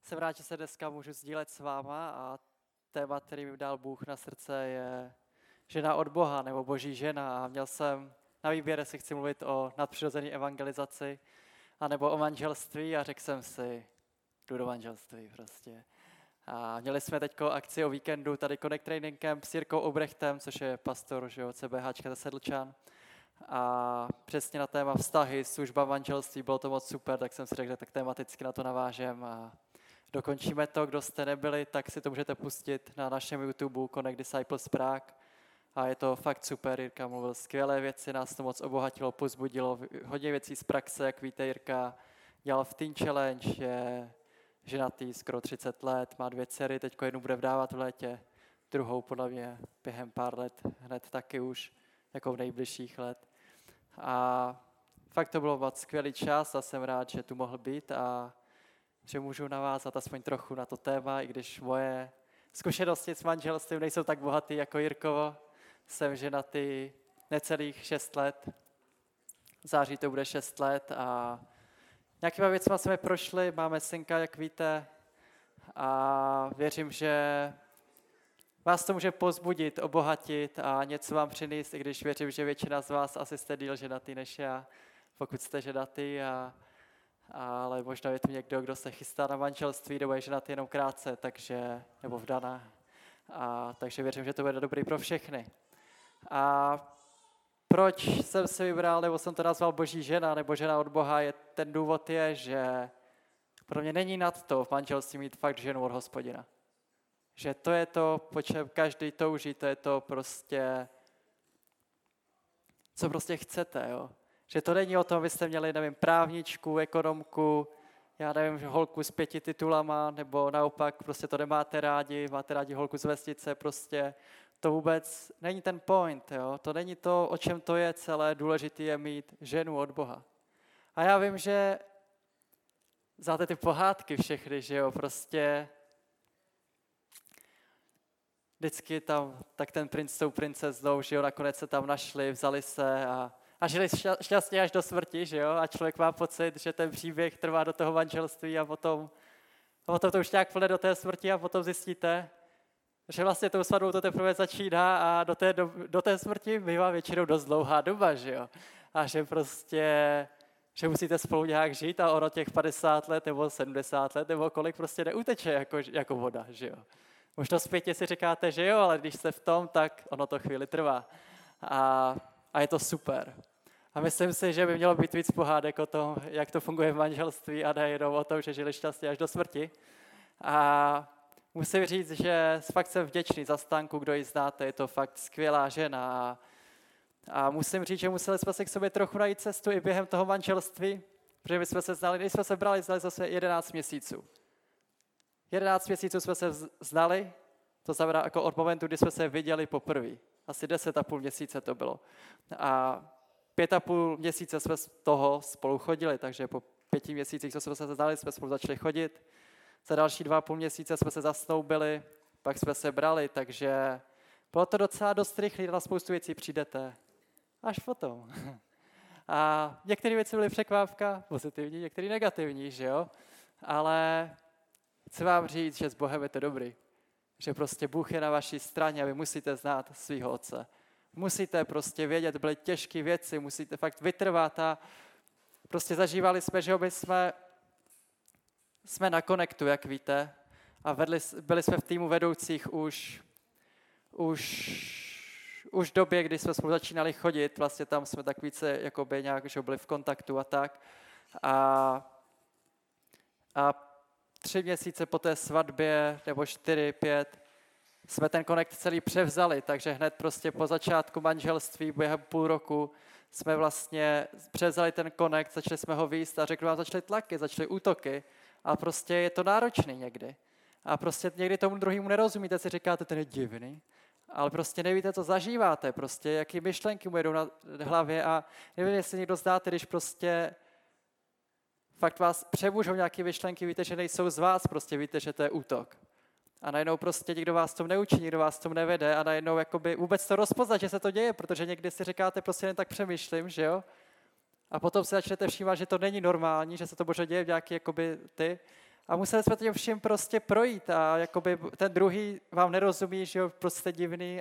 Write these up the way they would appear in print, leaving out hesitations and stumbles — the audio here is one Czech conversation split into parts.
Jsem rád, že se dneska můžu sdílet s váma a téma, který mi dal Bůh na srdce, je žena od Boha nebo boží žena. A měl jsem na výběr, jestli chci mluvit o nadpřirozené evangelizaci anebo o manželství a řekl jsem si, jdu do manželství prostě. A měli jsme teď akci o víkendu tady Connect Training Camp s Jirkou Obrechtem, což je pastor CBHčka ze Sedlčan. A přesně na téma vztahy, služba manželství, bylo to moc super, tak jsem si řekl, že tak tematicky na to navážem a dokončíme to. Kdo jste nebyli, tak si to můžete pustit na našem YouTube Connect Disciples Prague. A je to fakt super, Jirka mluvil skvělé věci, nás to moc obohatilo, pozbudilo, hodně věcí z praxe, jak víte, Jirka dělal v Teen Challenge, je ženatý skoro 30 let, má 2 dcery, teď jednu bude vdávat v létě, druhou podle mě během pár let, hned taky už, jako v nejbližších let. A fakt to bylo moc skvělý čas a jsem rád, že tu mohl být a že můžu navázat aspoň trochu na to téma, i když moje zkušenosti s manželstvím nejsou tak bohatý jako Jirkovo. Jsem ženatý necelých 6 let, v září to bude 6 let a nějakýma věcma jsme prošli, máme synka, jak víte, a věřím, že vás to může pozbudit, obohatit a něco vám přinést, i když věřím, že většina z vás asi jste díl ženatý než já, pokud jste ženatý, ale možná je tu někdo, kdo se chystá na manželství, nebo je ženatý jenom krátce, nebo vdaná. Takže věřím, že to bude dobrý pro všechny. A proč jsem si vybral, nebo jsem to nazval boží žena, nebo žena od Boha, ten důvod je, že pro mě není nad to v manželství mít fakt ženu od Hospodina. Že to je to, po čem každý touží, to je to prostě, co prostě chcete, jo. Že to není o tom, abyste měli, nevím, právničku, ekonomku, já nevím, holku s 5 titulama, nebo naopak prostě to nemáte rádi, máte rádi holku z vesnice, prostě to vůbec není ten point, jo. To není to, o čem to je celé, důležité je mít ženu od Boha. A já vím, že znáte ty pohádky všechny, že jo, prostě vždycky tam, tak ten princ s tou princeznou, že jo, nakonec se tam našli, vzali se a žili šťastně až do smrti, že jo, a člověk má pocit, že ten příběh trvá do toho manželství a potom to už nějak plne do té smrti a potom zjistíte, že vlastně tou svatbou to teprve začíná a do té smrti bývá většinou dost dlouhá doba, že jo, a že prostě, že musíte spolu nějak žít a ono těch 50 let nebo 70 let nebo kolik prostě neuteče jako voda, že jo. Možná zpětně si říkáte, že jo, ale když jste v tom, tak ono to chvíli trvá. A je to super. A myslím si, že by mělo být víc pohádek o tom, jak to funguje v manželství a ne jenom o tom, že žili šťastně až do smrti. A musím říct, že fakt jsem vděčný za Stanku, kdo ji znáte, je to fakt skvělá žena. A musím říct, že museli jsme si k sobě trochu najít cestu i během toho manželství, protože my jsme se znali, když jsme se brali, znali zase 11 měsíců. 11 měsíců jsme se znali, to znamená jako od momentu, kdy jsme se viděli poprvé. Asi 10,5 měsíce to bylo. A 5,5 měsíce jsme z toho spolu chodili, takže po 5 měsících, co jsme se znali, jsme spolu začali chodit. Za další 2,5 měsíce jsme se zasnoubili, pak jsme se brali, takže bylo to docela dost rychlé, na spoustu věcí přijdete až potom. A některé věci byly překvapka, pozitivní, některé negativní, že jo? Ale chci vám říct, že s Bohem je to dobrý. Že prostě Bůh je na vaší straně a vy musíte znát svého otce. Musíte prostě vědět, byly těžké věci, musíte fakt vytrvat a prostě zažívali jsme, že my jsme na konektu, jak víte, a byli jsme v týmu vedoucích už v době, kdy jsme spolu začínali chodit, vlastně tam jsme tak více jakoby nějak, že byli v kontaktu a tak. A 3 měsíce po té svatbě, nebo 4, 5, jsme ten konekt celý převzali, takže hned prostě po začátku manželství, během půl roku, jsme vlastně převzali ten konekt, začali jsme ho výst a řeknu vám, začaly tlaky, začaly útoky a prostě je to náročný někdy. A prostě někdy tomu druhému nerozumíte, si říkáte, ten je divný, ale prostě nevíte, co zažíváte, prostě jaký myšlenky mu jedou na hlavě a nevím, jestli někdo znáte, když prostě fakt vás přemůžou nějaké myšlenky, víte, že nejsou z vás, prostě víte, že to je útok. A najednou prostě nikdo vás tom neučí, nikdo vás tom nevede a najednou jakoby vůbec to rozpoznat, že se to děje, protože někdy si říkáte, prostě jen tak přemýšlím, že jo? A potom si začnete všímat, že to není normální, že se to možná děje v nějaký jakoby ty A museli jsme tím vším prostě projít a jakoby ten druhý vám nerozumí, že jo, prostě divný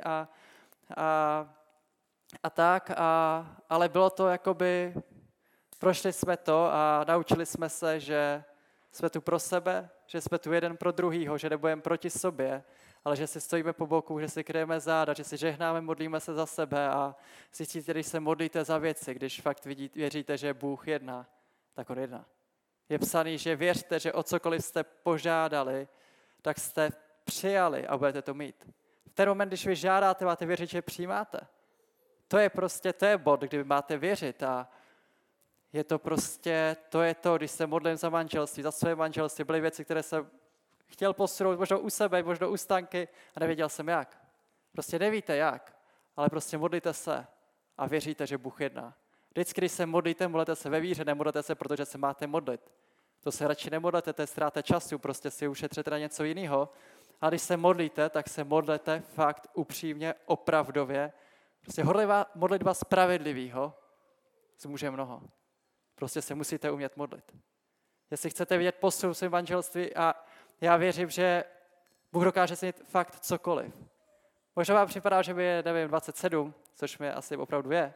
a tak, ale bylo to jakoby, prošli jsme to a naučili jsme se, že jsme tu pro sebe, že jsme tu jeden pro druhýho, že nebudeme proti sobě, ale že si stojíme po boku, že si kryjeme záda, že si žehnáme, modlíme se za sebe a zjistíte, když se modlíte za věci, když fakt věříte, že Bůh jedná, tak on jedná. Je psaný, že věřte, že o cokoliv jste požádali, tak jste přijali a budete to mít. V ten moment, když vy žádáte, máte věřit, že přijímáte. To je bod, kdy máte věřit a je to prostě, když se modlím za manželství, za své manželství, byly věci, které jsem chtěl posunout, možná u sebe, možná u Stanky a nevěděl jsem jak. Prostě nevíte jak, ale prostě modlíte se a věříte, že Bůh jedná. Vždycky, když se modlíte se ve víře, nemodlíte se, protože se máte modlit. To se radši nemodlete, to je ztráta času, prostě si ušetřete na něco jiného. A když se modlíte, tak se modlete fakt upřímně, opravdově. Prostě modlitba spravedlivýho zmůže mnoho. Prostě se musíte umět modlit. Jestli chcete vidět posun v svém manželství a já věřím, že Bůh dokáže si fakt cokoliv. Možná vám připadá, že by je, nevím, 27, což mi asi opravdu je,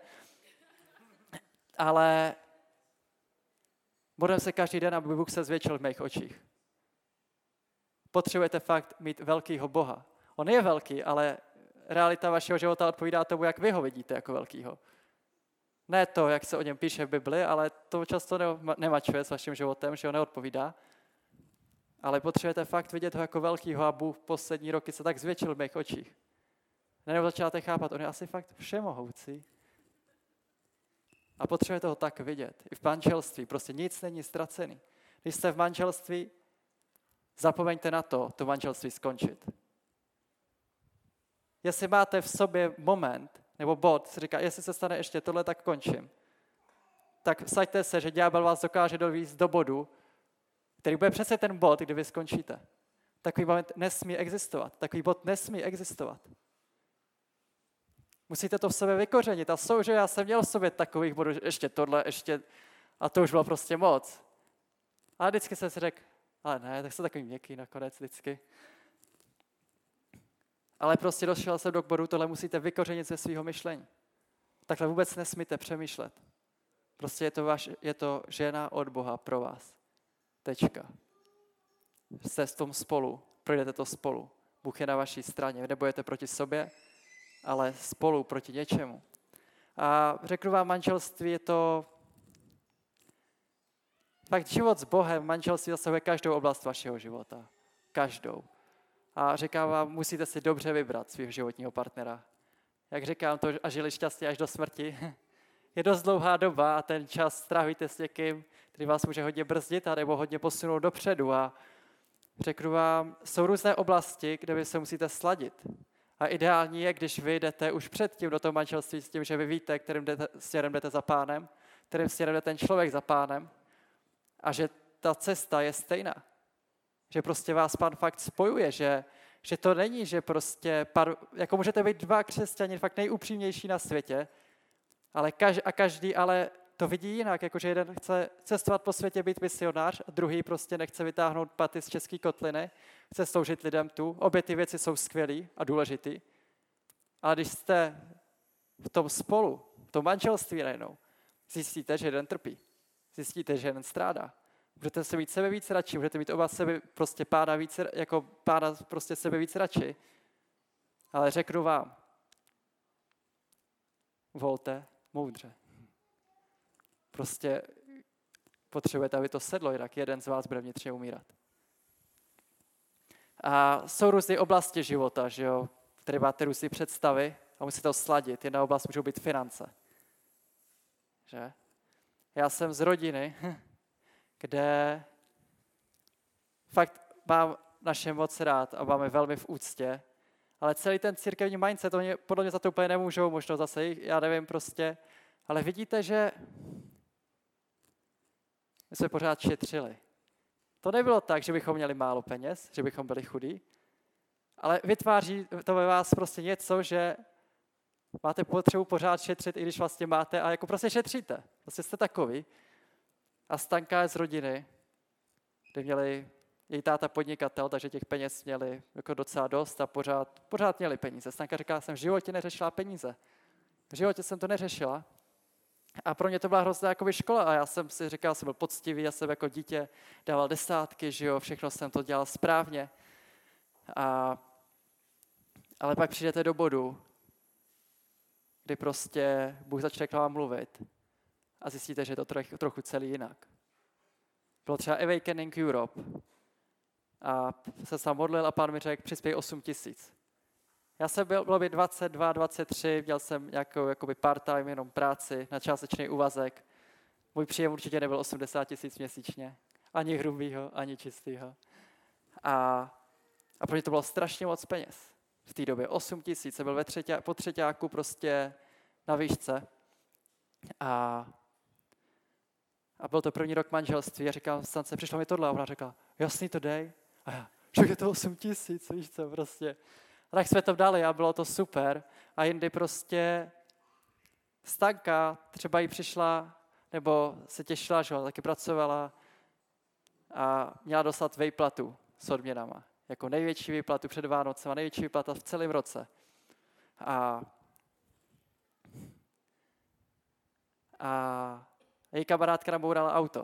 ale modlím se každý den, aby Bůh se zvětšil v mých očích. Potřebujete fakt mít velkýho Boha. On je velký, ale realita vašeho života odpovídá tomu, jak vy ho vidíte jako velkýho. Ne to, jak se o něm píše v Bibli, ale to často nemačuje s vaším životem, že ho neodpovídá. Ale potřebujete fakt vidět ho jako velkýho a Bůh poslední roky se tak zvětšil v mých očích. Nebo začáte chápat, on je asi fakt všemohoucí. A potřebujete ho tak vidět. I v manželství prostě nic není ztracený. Když jste v manželství, zapomeňte na to manželství skončit. Jestli máte v sobě moment nebo bod, si říká, jestli se stane ještě tohle, tak končím. Tak vsaďte se, že ďábel vás dokáže dovést do bodu, který bude přesně ten bod, kdy vy skončíte. Takový moment nesmí existovat. Takový bod nesmí existovat. Musíte to v sobě vykořenit. A že já jsem měl v sobě takových bodů, ještě tohle, a to už bylo prostě moc. A vždycky jsem si řekl, ale ne, tak jsem takový měkký nakonec vždycky. Ale prostě došel jsem do bodu, tohle musíte vykořenit ze svého myšlení. Takhle vůbec nesmíte přemýšlet. Prostě je to žena od Boha pro vás. Tečka. Jste v tom spolu, projdete to spolu. Bůh je na vaší straně, vy nebojete proti sobě, ale spolu proti něčemu. A řeknu vám, manželství je to fakt život s Bohem, manželství zasahuje každou oblast vašeho života. Každou. A říkám vám, musíte si dobře vybrat svého životního partnera. Jak říkám to, a žili šťastně až do smrti. Je dost dlouhá doba a ten čas strávíte s někým, který vás může hodně brzdit a nebo hodně posunout dopředu. A řeknu vám, jsou různé oblasti, kde vy se musíte sladit. A ideální je, když vy jdete už předtím do toho manželství s tím, že vy víte, kterým směrem jdete za Pánem, kterým směrem jde ten člověk za Pánem a že ta cesta je stejná. Že prostě vás Pán fakt spojuje, že to není, že prostě, jako můžete být dva křesťani, fakt nejupřímnější na světě, ale každý ale to vidí jinak, jakože jeden chce cestovat po světě, být misionář, a druhý prostě nechce vytáhnout paty z české kotliny, chce sloužit lidem tu. Obě ty věci jsou skvělý a důležitý. Ale když jste v tom spolu, v tom manželství najednou, zjistíte, že jeden trpí. Zjistíte, že jeden strádá. Budete se mít sebe víc radši, budete mít oba sebe prostě pána prostě sebe víc radši. Ale řeknu vám, volte moudře. Prostě potřebujete, aby to sedlo, jinak jeden z vás bude vnitřně umírat. A jsou různé oblasti života, že jo, které máte různé představy a musíte to sladit. Jedna oblast můžou být finance. Že? Já jsem z rodiny, kde fakt mám naše moc rád a máme velmi v úctě, ale celý ten církevní mindset, podle mě za to úplně nemůžou, možná zase já nevím prostě, ale vidíte, že my jsme pořád šetřili. To nebylo tak, že bychom měli málo peněz, že bychom byli chudí, ale vytváří to ve vás prostě něco, že máte potřebu pořád šetřit, i když vlastně máte, a jako prostě šetříte. Prostě jste takový. A Stanka je z rodiny, kde měli její táta podnikatel, takže těch peněz měli jako docela dost a pořád měli peníze. Stanka říkala, jsem v životě neřešila peníze. V životě jsem to neřešila. A pro mě to byla hrozná jakoby škola a já jsem si říkal, jsem byl poctivý, já jsem jako dítě dával desátky, že jo, všechno jsem to dělal správně. Ale pak přijdete do bodu, kdy prostě Bůh začne k vám mluvit a zjistíte, že je to trochu celý jinak. Bylo třeba Awakening Europe a jsem se modlil a pán mi řekl, přispěj 8 000. Já jsem bylo by 22, 23, měl jsem nějakou jakoby part-time jenom práci na částečný úvazek. Můj příjem určitě nebyl 80 000 měsíčně. Ani hrubýho, ani čistýho. A pro mě to bylo strašně moc peněz. V té době 8 000, jsem byl po třeťáku prostě na výšce. A byl to první rok manželství a říkám Stance, přišlo mi tohle a ona řekla, jasný, to dej. A já, že je to 8 000, víš co, prostě. A tak jsme to dali a bylo to super. A jindy prostě Stanka třeba jí přišla, nebo se těšila, že taky pracovala a měla dostat výplatu s odměnama. Jako největší výplatu před Vánocem a největší výplata v celém roce. A její kamarádka nabourala auto.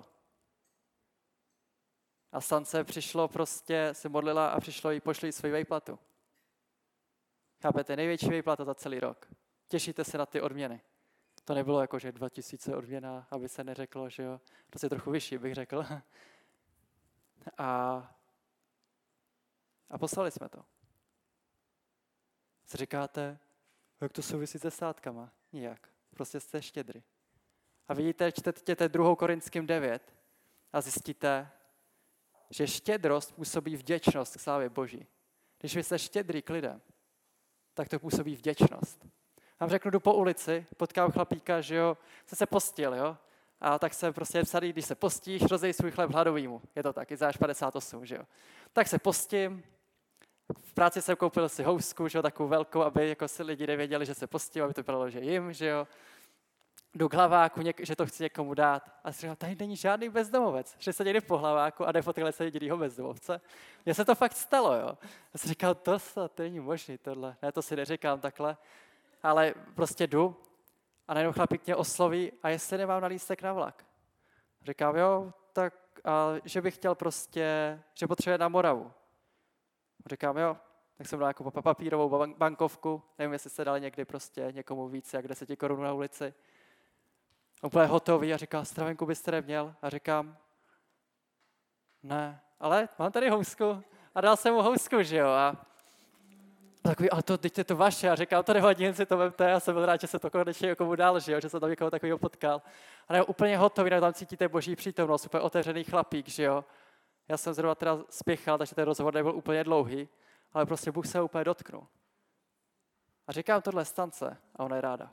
A Stance přišlo prostě, se modlila a pošli jí svoji výplatu. Chápete, největší výplata za celý rok. Těšíte se na ty odměny. To nebylo jako, že 2000 odměna, aby se neřeklo, že jo. To je trochu vyšší, bych řekl. A poslali jsme to. Co říkáte, jak to souvisí se státkama? Nijak. Prostě jste štědrý. A vidíte, čtete 2. Korinským 9 a zjistíte, že štědrost působí vděčnost k slávě Boží. Když vy jste štědrý k lidem, tak to působí vděčnost. Vám řeknu, jdu po ulici, potkám chlapíka, že jo, se postil, jo, a tak se prostě psadí, když se postíš, rozej svůj chléb hladovýmu. Je to tak, Izáš 58, že jo. Tak se postím, v práci jsem koupil si housku, že jo, takovou velkou, aby jako si lidi nevěděli, že se postím, aby to bylo, že jim, že jo. Jdu k hlaváku, že to chci někomu dát. A si říkám, tady není žádný bezdomovec. Že se někdy po hlaváku a nepotkali se jedinýho bezdomovce. Mně se to fakt stalo, jo. Já jsem říkal, to není možný tohle. Ne, to si neříkám takhle. Ale prostě jdu a najednou chlapík mě osloví a jestli nemám na lístek na vlak. Říkám, jo, tak že bych chtěl prostě, že potřebuje na Moravu. Říkám, jo, tak jsem dal jako papírovou bankovku. Nevím, jestli jste dali někdy prostě někomu víc jak 10 korun na ulici. Úplně hotový a říká, stravenku byste neměl. A říkám, ne, ale mám tady housku. A dal jsem mu housku, že jo. A takový, ale teď je to vaše. A říkám, to nevadí, jen si to vemte. Já jsem byl rád, že se to konečně někomu dal, že jo, že jsem tam někoho takového potkal. A ne, úplně hotový, tam cítíte Boží přítomnost, úplně otevřený chlapík, že jo. Já jsem zrovna teda spěchal, takže ten rozhovor nebyl úplně dlouhý, ale prostě Bůh se úplně dotknul. A říkám tohle Stance a ona je ráda.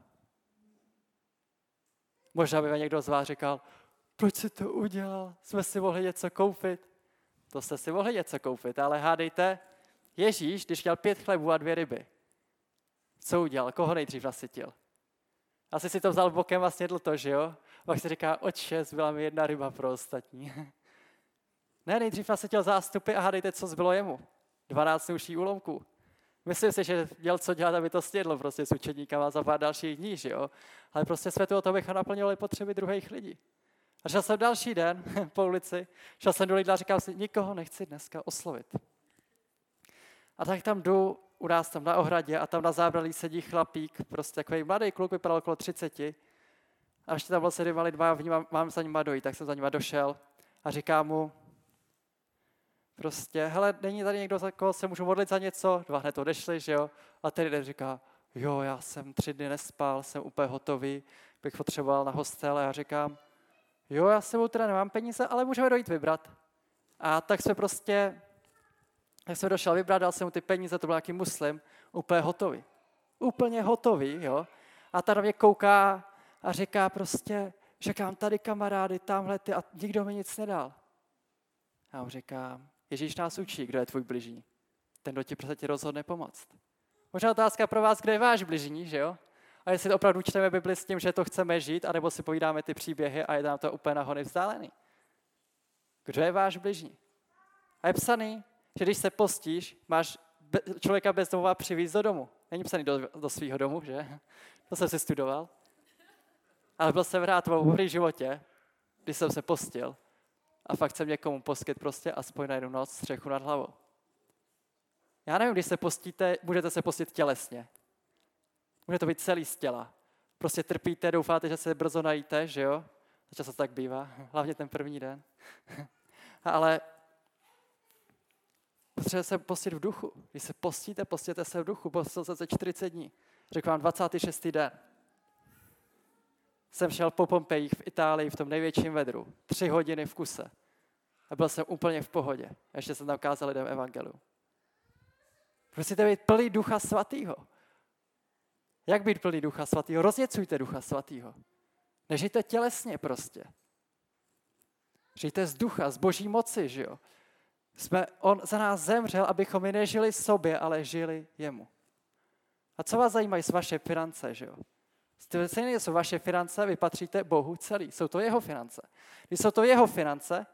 Možná by někdo z vás říkal, proč si to udělal? Jsme si mohli něco koupit. To jste si mohli něco koupit, ale hádejte, Ježíš, když měl 5 chlebů a 2 ryby, co udělal? Koho nejdřív nasytil? Asi si to vzal bokem a snědl to, že jo? Pak si říká, Otče, zbyla mi 1 ryba pro ostatní. Ne, nejdřív nasytil zástupy a hádejte, co zbylo jemu. 12 uší úlomků. Myslím si, že měl co dělat, aby to snědlo prostě s učeníkama za pár dalších dní, že jo? Ale prostě světu o to bychom naplňovali potřeby druhých lidí. A šel jsem další den po ulici, šel jsem do Lidla a říkal si, nikoho nechci dneska oslovit. A tak tam jdu, u nás tam na ohradě a tam na zábradlí sedí chlapík, prostě takový mladý kluk, vypadal okolo 30. A ještě tam byl sedí lidma, mám za nima dojít, tak jsem za nima došel a říkám mu, prostě, hele, není tady někdo, za koho se můžu modlit za něco? 2 hned odešli, že jo? A ten jeden říká, jo, já jsem 3 dny nespal, jsem úplně hotový, bych potřeboval na hostel. A já říkám, jo, já s sebou teda nemám peníze, ale můžeme dojít vybrat. A tak jsem došel vybrat, dal jsem mu ty peníze, to byl nějaký muslim, úplně hotový. Úplně hotový, jo? A ta na mě kouká a říká prostě, říkám tady kamarády, tamhle ty a nikdo mi nic nedal. Já mu říkám, Ježíš nás učí, kdo je tvůj bližní. Ten, kdo ti prostě rozhodne pomoct. Možná otázka pro vás, kdo je váš bližní, že jo? A jestli opravdu čteme Bibli s tím, že to chceme žít, anebo si povídáme ty příběhy a je nám to úplně na hony vzdálený. Kdo je váš bližní? A je psaný, že když se postíš, máš člověka bez domova přivízt do domu. Není psaný do svého domu, že? To jsem si studoval. Ale byl jsem rád v mém životě, když jsem se postil a fakt jsem někomu poskyt prostě aspoň na jednu noc střechu nad hlavou. Já nevím, když se postíte, můžete se postit tělesně. Může to být celý z těla. Prostě trpíte, doufáte, že se brzo najíte, že jo? Často tak bývá, hlavně ten první den. Ale potřebujete se postit v duchu. Když se postíte, postěte se v duchu. Postil jsem se 40 dní. Řekl vám 26. den. Jsem šel po Pompejích v Itálii v tom největším vedru. 3 hodiny v kuse. A byl jsem úplně v pohodě. A ještě jsem tam kázal lidem evangelium. Musíte být plný Ducha Svatýho. Jak být plný Ducha Svatýho? Rozněcujte Ducha Svatýho. Nežijte tělesně prostě. Žijte z ducha, z boží moci, že jo. On za nás zemřel, abychom my nežili sobě, ale žili jemu. A co vás zajímají vaše finance, že jo? Stejně jsou vaše finance, vy patříte Bohu celý. Jsou to jeho finance. Když jsou to jeho finance,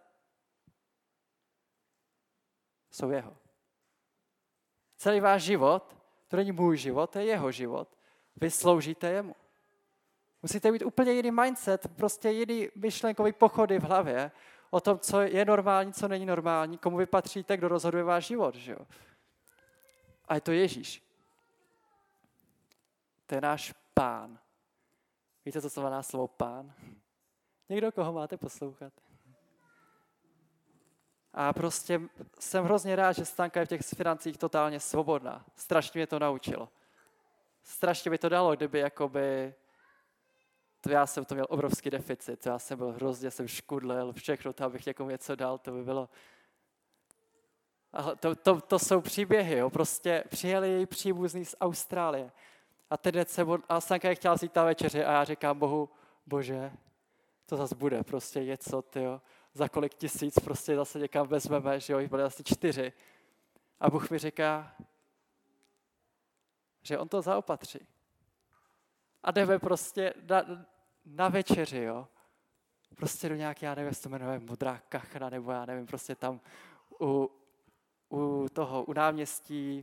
jsou jeho. Celý váš život, to není můj život, to je jeho život. Vy sloužíte jemu. Musíte mít úplně jiný mindset, prostě jiný myšlenkový pochody v hlavě o tom, co je normální, co není normální, komu vy patříte, kdo rozhoduje váš život, že jo? A je to Ježíš. To je náš Pán. Víte, co znamená slovo Pán? Někdo, koho máte poslouchat? A prostě jsem hrozně rád, že Stanka je v těch financích totálně svobodná. Strašně mě to naučilo. Strašně by to dalo, kdyby jakoby... Já jsem to měl obrovský deficit, já jsem byl hrozně, jsem škudlil, všechno to, abych někomu něco dal, to by bylo... To jsou příběhy, jo. Prostě přijeli její příbuzný z Austrálie. A a Stanka je chtěla vzít ta večeři a já říkám Bohu, Bože, to zase bude prostě něco, tyjo, za kolik tisíc prostě zase někam vezmeme, že jo, jich byly asi 4. A Bůh mi říká, že on to zaopatří. A jdeme prostě na večeři, jo. Prostě do nějaké, já nevím, jestli to jmenuje Modrá kachna, nebo já nevím, prostě tam u náměstí,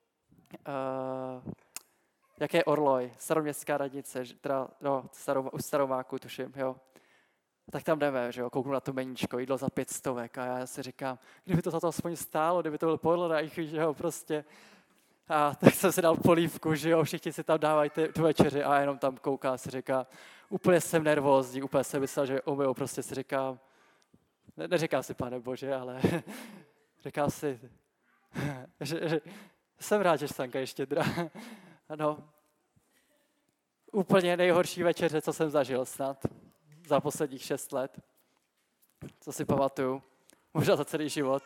jaké je Orloj, staroměstská radnice, teda, no, u Staromáku, tuším, jo. Tak tam jdeme, že jo, kouknu na to meníčko, jídlo za 500 a já si říkám, kdyby to za to aspoň stálo, kdyby to byl podlodajch, že jo, prostě. A tak jsem si dal polívku, že jo, všichni si tam dávají tu večeři a jenom tam kouká, si říká, úplně jsem nervózní, úplně jsem myslel, že umyju, prostě si říkám, neříkám si, Pane Bože, ale říkám si, že jsem rád, že Stanka je štědrá. Ano, úplně nejhorší večeře, co jsem zažil snad za posledních 6 let, co si pamatuju, možná za celý život.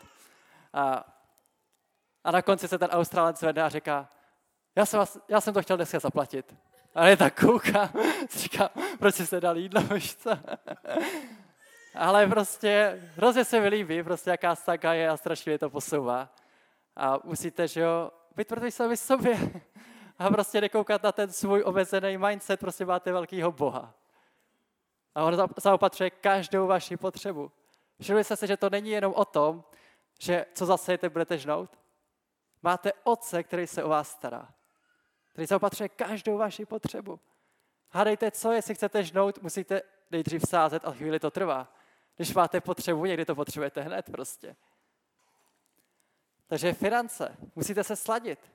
A na konci se ten Australanec zvedne a říká, já jsem to chtěl dneska zaplatit. A ne tak kouká, říká, proč jsi se dal jídlo, víš co? Ale prostě hrozně se mi líbí, prostě jaká Stanka je a strašně mě to posouvá. A musíte, že jo, být tvrdý sami sobě a prostě nekoukat na ten svůj omezený mindset, prostě máte velkýho Boha. A on zaopatřuje každou vaši potřebu. Všimli jste se, že to není jenom o tom, že co zasejete, budete žnout? Máte Otce, který se o vás stará. Který zaopatřuje každou vaši potřebu. Hádejte, co, jestli chcete žnout, musíte nejdřív sázet a chvíli to trvá. Když máte potřebu, někdy to potřebujete hned prostě. Takže finance. Musíte se sladit.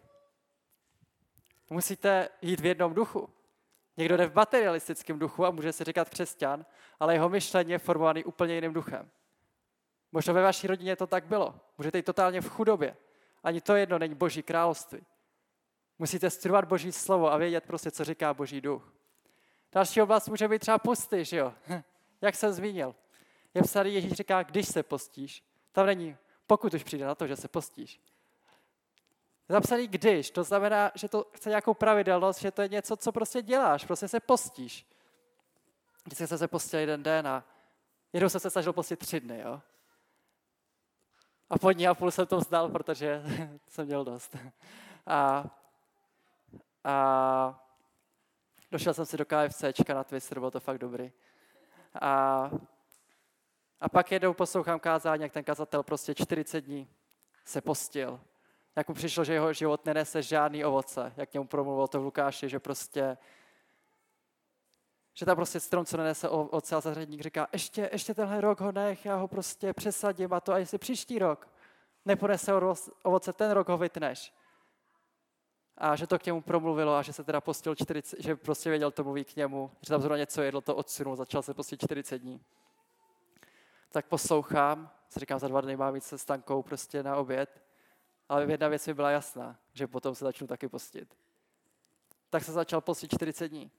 Musíte jít v jednom duchu. Někdo jde v materialistickém duchu a může si říkat křesťan, ale jeho myšlení je formovaný úplně jiným duchem. Možná ve vaší rodině to tak bylo. Můžete jít totálně v chudobě. Ani to jedno není Boží království. Musíte studovat Boží slovo a vědět prostě, co říká Boží duch. Další oblast může být třeba posty, že jo? Jak jsem zmínil. Je psaný, Ježíš říká, když se postíš. Tam není, pokud už přijde na to, že se postíš. Je zapsaný když, to znamená, že to chce nějakou pravidelnost, že to je něco, co prostě děláš, prostě se postíš. Když jsem se postil 1 den a jednou jsem se snažil postit 3 dny, jo? A po dní a půl jsem to vzdal, protože jsem měl dost. A došel jsem si do KFCčka na Twister, bylo to fakt dobrý. A pak jednou poslouchám kázání, jak ten kazatel prostě 40 dní se postil. Jak mu přišlo, že jeho život nenese žádný ovoce. Jak němu promluvil to v Lukáši, že tam prostě strom, co nenese ovoce, a zahradník říká, ještě tenhle rok ho nech, já ho prostě přesadím a jestli příští rok neponese ovoce, ten rok ho vytneš. A že to k němu promluvilo a že se teda postil 40, že prostě věděl, to mluví k němu, že tam zrovna něco jedlo, to odsunul, začal se postit 40 dní. Tak poslouchám, si říkám, za 2 dny mám jít se Stankou prostě na oběd, ale jedna věc mi byla jasná, že potom se začnu taky postit. Tak se začal postit 40 dní.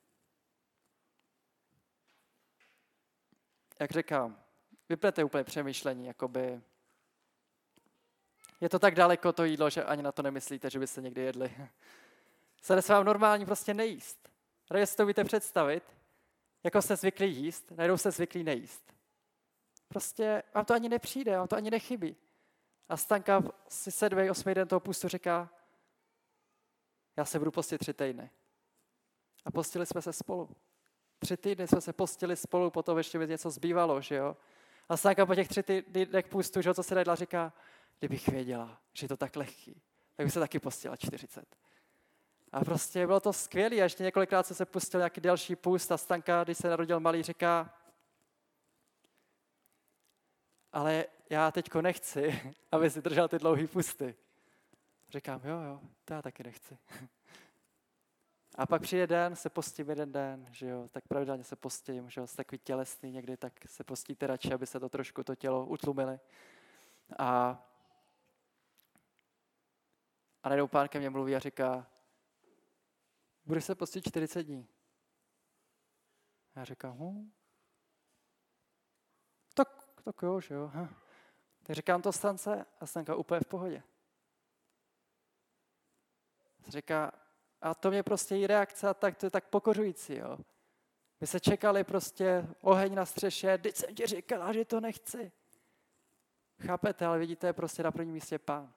Jak říkám, vypnete úplně přemýšlení, jakoby je to tak daleko to jídlo, že ani na to nemyslíte, že byste někdy jedli. Se vám normálně prostě nejíst. Když si to umíte představit, jako jste zvyklí jíst, najednou jste zvyklí nejíst. Prostě vám to ani nepřijde, vám to ani nechybí. A Stanka si 7., 8. den toho půstu říká, já se budu postit 3 týdny. A postili jsme se spolu. 3 týdny jsme se postili spolu, potom ještě mi něco zbývalo, že jo. A Stanka po těch 3 týdnech půstu, že jo, co se jedla, říká, kdybych věděla, že je to tak lehký, tak bych se taky postila 40. A prostě bylo to skvělé. A ještě několikrát se pustil nějaký další půst a Stanka, když se narodil malý, říká, ale já teďko nechci, aby si držel ty dlouhý pusty. Říkám, jo, to já taky nechci. A pak přijde den, se postím 1 den, že jo, tak pravidelně se postím, že jo, jste takový tělesný někdy, tak se postíte radši, aby se to trošku to tělo utlumili. A najednou Pán ke mně mluví a říká, budeš se postit 40 dní. A já říkám, tak jo, že jo. Tak říkám to Stance a Stanka úplně v pohodě. Říká, a to mě prostě její reakce a tak, to je tak pokořující, jo. My se čekali prostě oheň na střeše, teď jsem ti říkala, že to nechci. Chápete, ale vidíte, prostě na prvním místě Pán.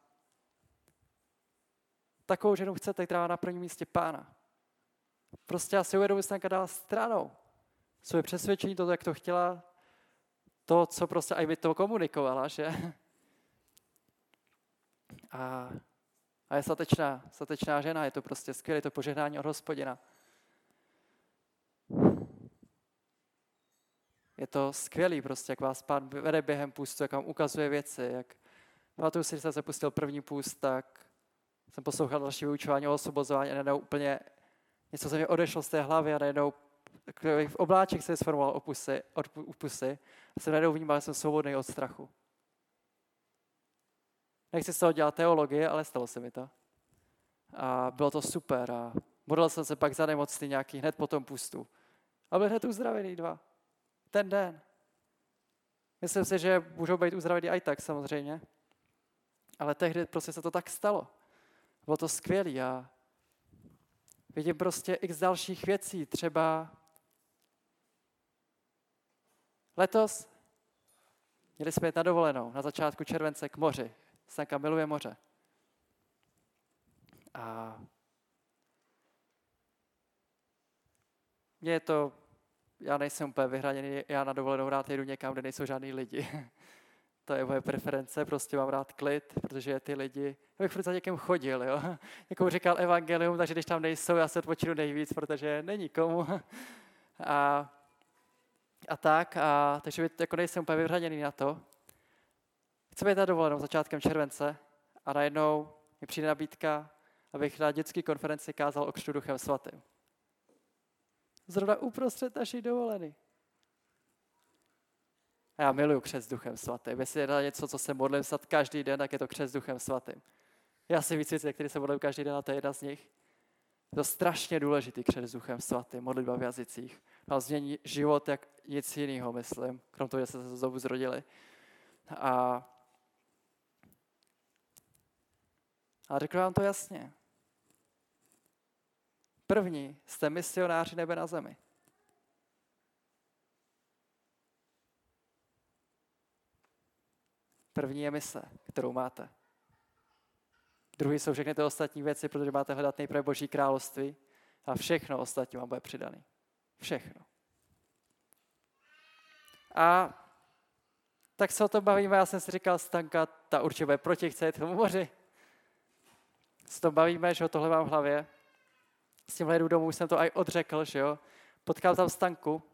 Takovou ženu chcete, která na prvním místě Pána. Prostě já si uvědomuji, že Stanka dala stranou svoje přesvědčení, to, jak to chtěla, to, co prostě i by to komunikovala, že? A je statečná žena, je to prostě skvělé, je to požehnání od Hospodina. Je to skvělý prostě, jak vás Pán vede během půstu, jak vám ukazuje věci, jak pamatuju si, že jsem se pustil první půst, tak jsem poslouchal další vyučování o osvobozování a najednou úplně něco se mi odešlo z té hlavy a najednou takový obláček se sformoval od pusy a jsem najednou vnímal, že jsem svobodný od strachu. Nechci z toho dělat teologii, ale stalo se mi to. A bylo to super a modlil jsem se pak za nemocný nějaký hned po tom pustu. A byl hned uzdravený 2. Ten den. Myslím si, že můžou být uzdravený i tak samozřejmě. Ale tehdy prostě se to tak stalo. Bylo to skvělý a vidím prostě x dalších věcí. Třeba letos měli jsme jít na dovolenou na začátku července k moři. Stanka miluje moře. A já nejsem úplně vyhraněný, já na dovolenou rád jdu někam, kde nejsou žádný lidi. To je moje preference, prostě mám rád klid, protože ty lidi, já bych furt za někým chodil, jo. Někomu říkal evangelium, takže když tam nejsou, já se odpočinu nejvíc, protože není komu. Takže jako nejsem úplně vyhraněný na to. Chci být na dovolenou začátkem července a najednou mi přijde nabídka, abych na dětské konferenci kázal o křtu Duchem Svatým. Zrovna uprostřed naší dovolený. A já miluju křest Duchem Svatým. Jestli je to něco, co se modlím snad každý den, tak je to křest Duchem Svatým. Já si víc věcí, který se modlím každý den, a to je jedna z nich. Je to strašně důležitý křest Duchem Svatým, modlitba v jazycích. No, změní život jak nic jiného, myslím, krom toho, že se znovu zrodili. A řeknu vám to jasně. První jste misionáři nebe na zemi. První je mise, kterou máte. Druhý jsou všechny ty ostatní věci, protože máte hledat nejprve Boží království a všechno ostatní vám bude přidané. Všechno. A tak se o tom bavíme, já jsem si říkal, Stanka, ta určitě bude proti, chce jít k tomu moři. Se to bavíme, že jo, tohle mám v hlavě. S tímhle jdu domů, už jsem to aj odřekl, že jo. Potkal tam Stanku.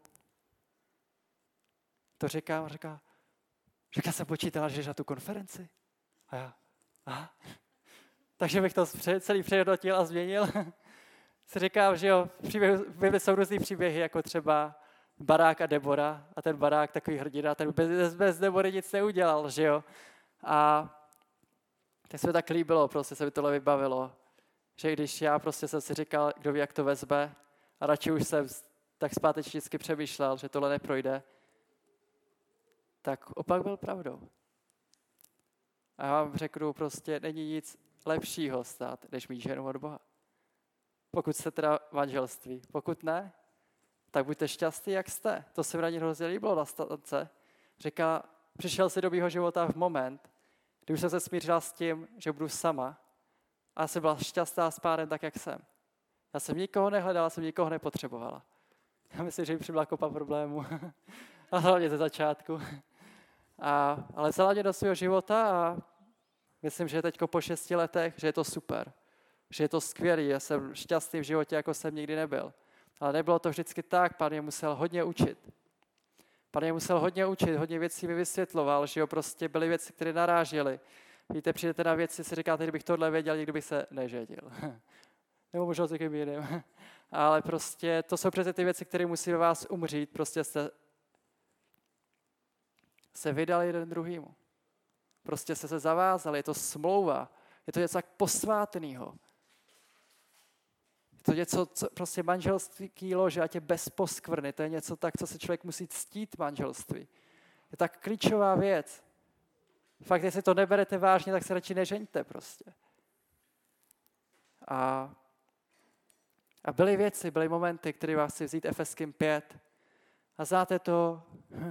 To říkám, říká, jsem počítal, že jdeš na tu konferenci. A já, aha. Takže bych to celý přehodnotil a změnil. Si říkám, že jo, v jsou různý příběhy, jako třeba Barák a Debora. A ten Barák, takový hrdina, ten bez Debory nic neudělal, že jo. A tak se mi tak líbilo, prostě se mi tohle vybavilo. Že když já prostě jsem si říkal, kdo ví, jak to vezme, a radši už jsem tak zpátečnicky přemýšlel, že tohle neprojde, tak opak byl pravdou. A já vám řeknu, prostě není nic lepšího stát, než mít ženu od Boha. Pokud jste teda v manželství. Pokud ne, tak buďte šťastní, jak jste. To se mi na ní hrozně líbilo na Stance. Říká, přišel si do mýho života v moment, kdy už jsem se smířila s tím, že budu sama a jsem byla šťastná s párem tak, jak jsem. Já jsem nikoho nehledala, jsem nikoho nepotřebovala. Já myslím, že mi přibyla kopa problémů. A hlavně ze začátku. Ale vzala mě do svého života a myslím, že teď po 6 letech, že je to super. Že je to skvělý, já jsem šťastný v životě, jako jsem nikdy nebyl. Ale nebylo to vždycky tak, Pán mě musel hodně učit. Pán mě musel hodně učit, hodně věcí mi vysvětloval, že jo, prostě byly věci, které narážely. Víte, přijdete na věci, si říkáte, kdybych tohle věděl, nikdy bych se neženil. Nebo možná s někým jiným. Ale prostě to jsou přece ty věci, které musí ve vás umřít. Prostě jste se vydali jeden druhýmu. Prostě jste se zavázali, je to smlouva, je to něco tak posvátného. Je to něco, co prostě manželství lože, ať je bez poskvrny, to je něco tak, co se člověk musí ctít manželství. Je tak klíčová věc. Fakt, jestli to neberete vážně, tak se radši nežeňte prostě. A byly věci, byly momenty, které vás chci vzít Efeským 5. A znáte to,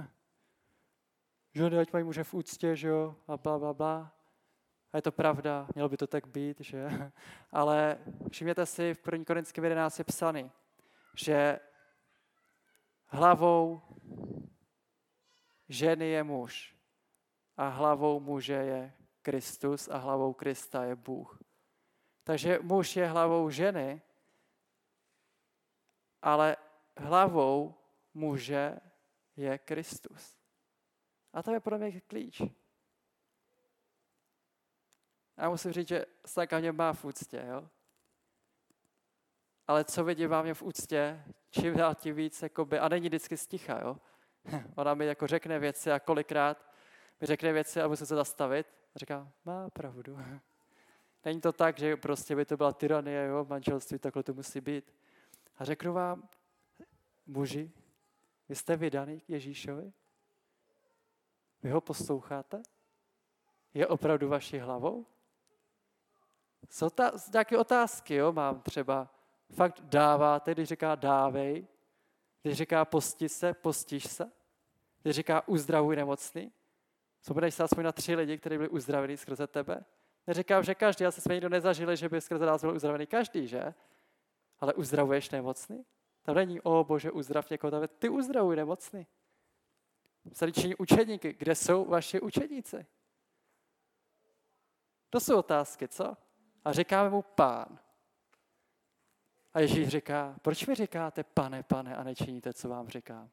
ženy, ať mají muže v úctě, že jo, a bla, bla, bla. A je to pravda, mělo by to tak být, že? Ale všimněte si, v 1. Korinským 11 je psaný, že hlavou ženy je muž a hlavou muže je Kristus a hlavou Krista je Bůh. Takže muž je hlavou ženy, ale hlavou muže je Kristus. A to je pro mě klíč. Já musím říct, že Stanka mě má v úctě, jo? Ale co vidím vám mě v úctě, čím dál tím víc, jakoby, a není vždycky sticha, jo? Ona mi jako řekne věci a kolikrát mi řekne věci a musím se zastavit. A říká, má pravdu. Není to tak, že prostě by to byla tyranie, jo? V manželství takhle to musí být. A řeknu vám, muži, vy jste vydaný k Ježíšovi? Vy ho posloucháte? Je opravdu vaší hlavou? Jsou nějaké otázky, jo, mám třeba. Fakt dáváte, když říká dávej, když říká posti se, postíš se, když říká uzdravuj nemocný. Vzpomeneš se aspoň na 3 lidi, kteří byli uzdravení skrze tebe. Neříkám, že každý, asi jsme nikdo nezažili, že by skrze nás byl uzdravený každý, že? Ale uzdravuješ nemocný? Tam není, o Bože, uzdrav někoho, tam je, ty uzdravuj nemocný. Srdční učeníky, kde jsou vaši učeníci? To jsou otázky, co? A říkáme mu Pán. A Ježíš říká, proč mi říkáte pane, pane a nečiníte, co vám říkám?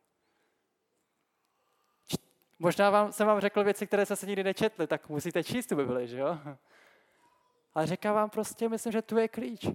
Možná jsem vám řekl věci, které jste se nikdy nečetli, tak musíte číst tu Bibli, že jo? Ale říkám vám prostě, myslím, že tu je klíč.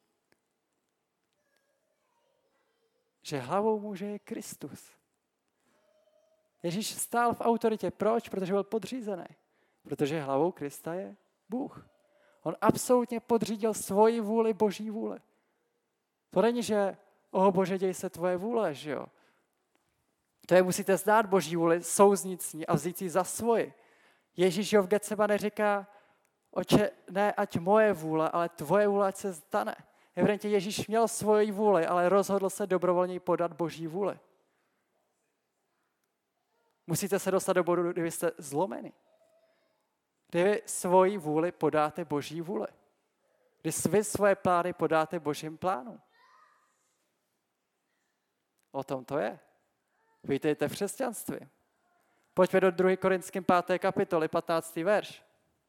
Že hlavou muže je Kristus. Ježíš stál v autoritě. Proč? Protože byl podřízený. Protože hlavou Krista je Bůh. On absolutně podřídil svoji vůli Boží vůli. To není, že Bože, děj se tvoje vůle, že jo? To je, musíte znát Boží vůli, souznít s ní a vzít ji za svoji. Ježíš v Getsemane říká, Oče, ne ať moje vůle, ale tvoje vůle ať se stane. Evidentně Ježíš měl svoji vůli, ale rozhodl se dobrovolně podat Boží vůli. Musíte se dostat do bodu, kdy jste zlomeni. Kdy vy svoji vůli podáte Boží vůli. Kdy vy svoje plány podáte Božím plánu. O tom to je. Vítejte v křesťanství. Pojďme do 2. Korinským 5. kapitoly, 15. verš.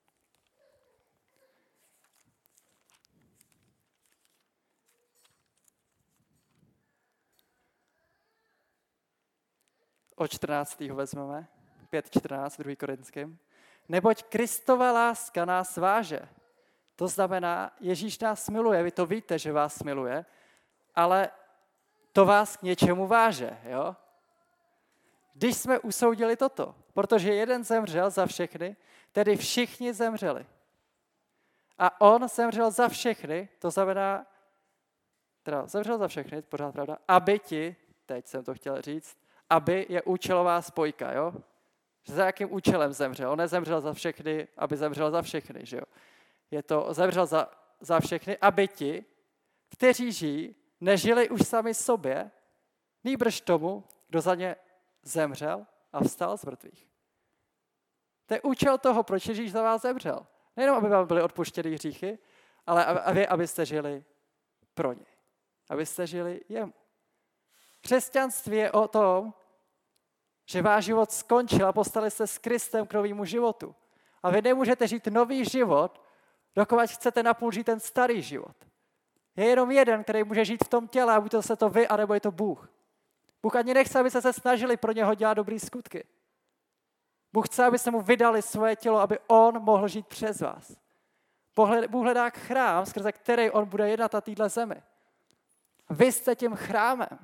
Od 14. vezmeme. 5.14, 2. Korinským. Neboť Kristova láska nás váže. To znamená, Ježíš nás miluje, vy to víte, že vás miluje, ale to vás k něčemu váže, jo? Když jsme usoudili toto, protože jeden zemřel za všechny, tedy všichni zemřeli. A on zemřel za všechny, to znamená, zemřel za všechny, pořád pravda, aby ti, teď jsem to chtěl říct, aby je účelová spojka, jo? Za jakým účelem zemřel? On nezemřel za všechny, aby zemřel za všechny, že jo? Je to, zemřel za všechny, aby ti, kteří žijí, nežili už sami sobě, nýbrž tomu, kdo za ně zemřel a vstal z mrtvých. To je účel toho, proč Ježíš za vás zemřel. Nejenom, aby vám byly odpuštěny hříchy, ale abyste žili pro něj. Abyste žili jemu. Křesťanství je o tom, že váš život skončil a postali jste s Kristem k novému životu. A vy nemůžete žít nový život, dokud chcete napůl žít ten starý život. Je jenom jeden, který může žít v tom těle, a buď to se to vy, anebo je to Bůh. Bůh ani nechce, abyste se snažili pro něho dělat dobrý skutky. Bůh chce, abyste mu vydali svoje tělo, aby on mohl žít přes vás. Bůh hledá chrám, skrze který on bude jednat na téhle zemi. Vy jste tím chrámem.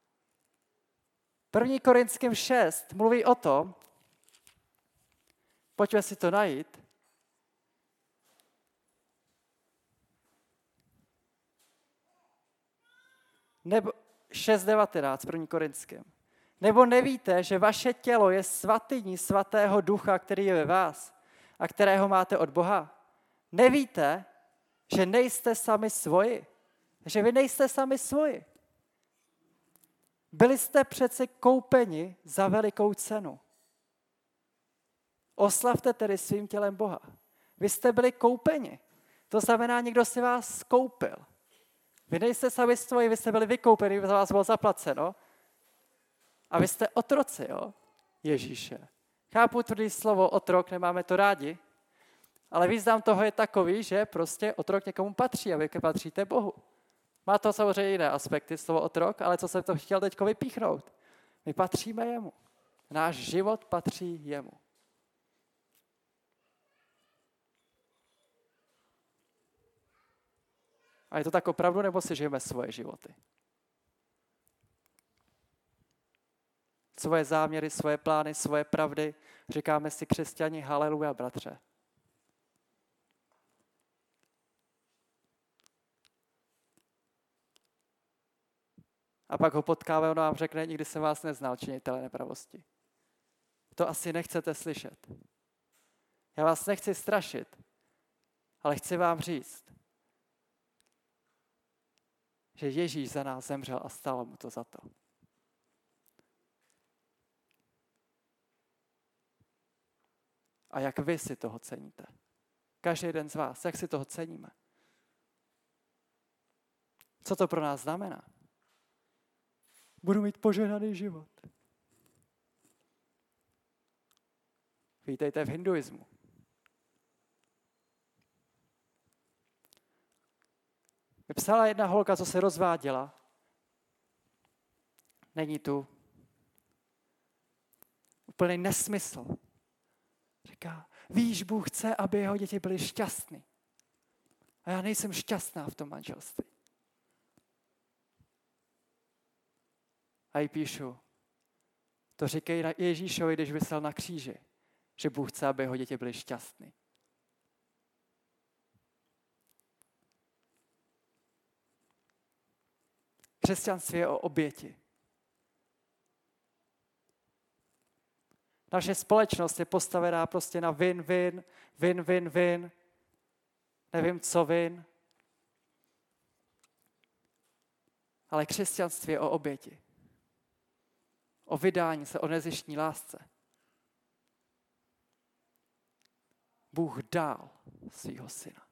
1. Korinským 6 mluví o tom, pojďme si to najít, nebo 6.19, 1. Korinským. Nebo nevíte, že vaše tělo je svatyní svatého ducha, který je ve vás a kterého máte od Boha? Nevíte, že nejste sami svoji? Že vy nejste sami svoji. Byli jste přece koupeni za velikou cenu. Oslavte tedy svým tělem Boha. Vy jste byli koupeni. To znamená, někdo si vás koupil. Vy nejste sami svoji, vy jste byli vykoupeni, za vás bylo zaplaceno. A vy jste otroci, jo? Ježíše. Chápu tvrdý slovo otrok, nemáme to rádi, ale význam toho je takový, že prostě otrok někomu patří a vy patříte Bohu. Má to samozřejmě jiné aspekty, slovo otrok, ale co jsem to chtěl teď vypíchnout. My patříme jemu. Náš život patří jemu. A je to tak opravdu, nebo si žijeme svoje životy? Svoje záměry, svoje plány, svoje pravdy. Říkáme si křesťani, haleluja, bratře. A pak ho potkáme, on vám řekne, nikdy jsem vás neznal, činitele nepravosti. To asi nechcete slyšet. Já vás nechci strašit, ale chci vám říct, že Ježíš za nás zemřel a stalo mu to za to. A jak vy si toho ceníte? Každý jeden z vás, jak si toho ceníme? Co to pro nás znamená? Budu mít požehnaný život. Vítejte v hinduismu. Mi psala jedna holka, co se rozváděla. Není tu. Úplný nesmysl. Říká, víš, Bůh chce, aby jeho děti byly šťastný. A já nejsem šťastná v tom manželství. A jí píšu, to říkej Ježíšovi, když visel na kříži, že Bůh chce, aby jeho děti byly šťastný. Křesťanství je o oběti. Naše společnost je postavená prostě na win-win, win-win-win, nevím co win. Ale křesťanství je o oběti. O vydání se, o nezištní lásce. Bůh dal svýho syna.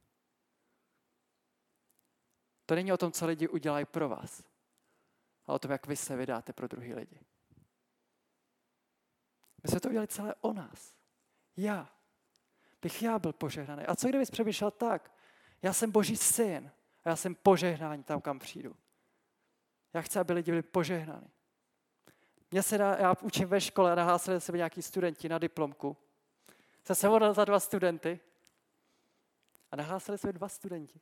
To není o tom, co lidi udělají pro vás, ale o tom, jak vy se vydáte pro druhý lidi. My jsme to udělali celé o nás. Já byl požehnaný. A co kdybys přemýšlel tak? Já jsem Boží syn a já jsem požehnání tam, kam přijdu. Já chci, aby lidi byli požehnaní. Já učím ve škole a nahlásili se nějaký studenti na diplomku. Jsem se modlil za 2 studenty a nahlásili se 2 studenti.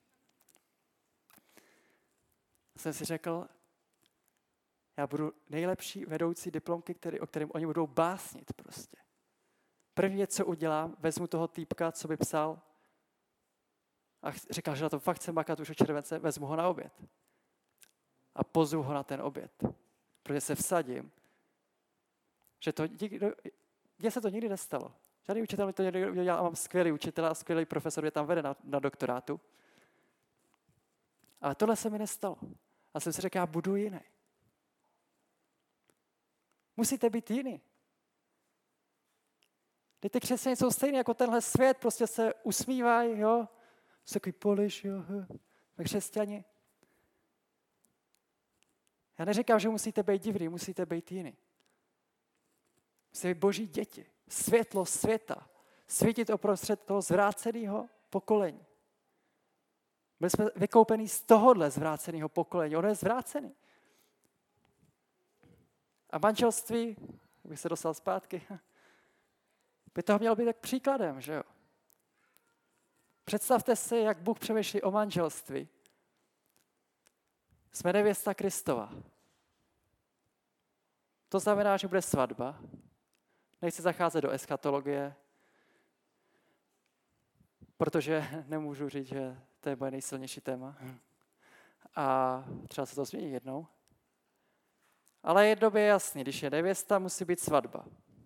Jsem si řekl, já budu nejlepší vedoucí diplomky, o kterém oni budou básnit prostě. První, co udělám, vezmu toho týpka, co by psal a říkal, že na tom fakt chce makat už od července, vezmu ho na oběd. A pozvu ho na ten oběd. Protože se vsadím, že mně se to nikdy nestalo. Žádný učitel mi to někdy udělal a mám skvělý učitel a skvělý profesor, mě tam vede na doktorátu. Ale tohle se mi nestalo. A jsem si řekl, já budu jiný. Musíte být jiný. Ty křesťané jsou stejný jako tenhle svět, prostě se usmívají, jo. Jsou takový poliš, jo. My křesťani. Já neříkám, že musíte být divný, musíte být jiný. Musíte být Boží děti. Světlo světa. Svítit uprostřed toho zvráceného pokolení. Byli jsme vykoupení z tohohle zvráceného pokolení. Ono je zvrácený. A manželství, abych se dostal zpátky, by toho mělo být tak příkladem, že jo? Představte si, jak Bůh přemýšlí o manželství. Jsme nevěsta Kristova. To znamená, že bude svatba. Nechci zacházet do eschatologie, protože nemůžu říct, že to je moje nejsilnější téma. A třeba se to změní jednou. Ale jedno je jasný, když je nevěsta, musí být svatba.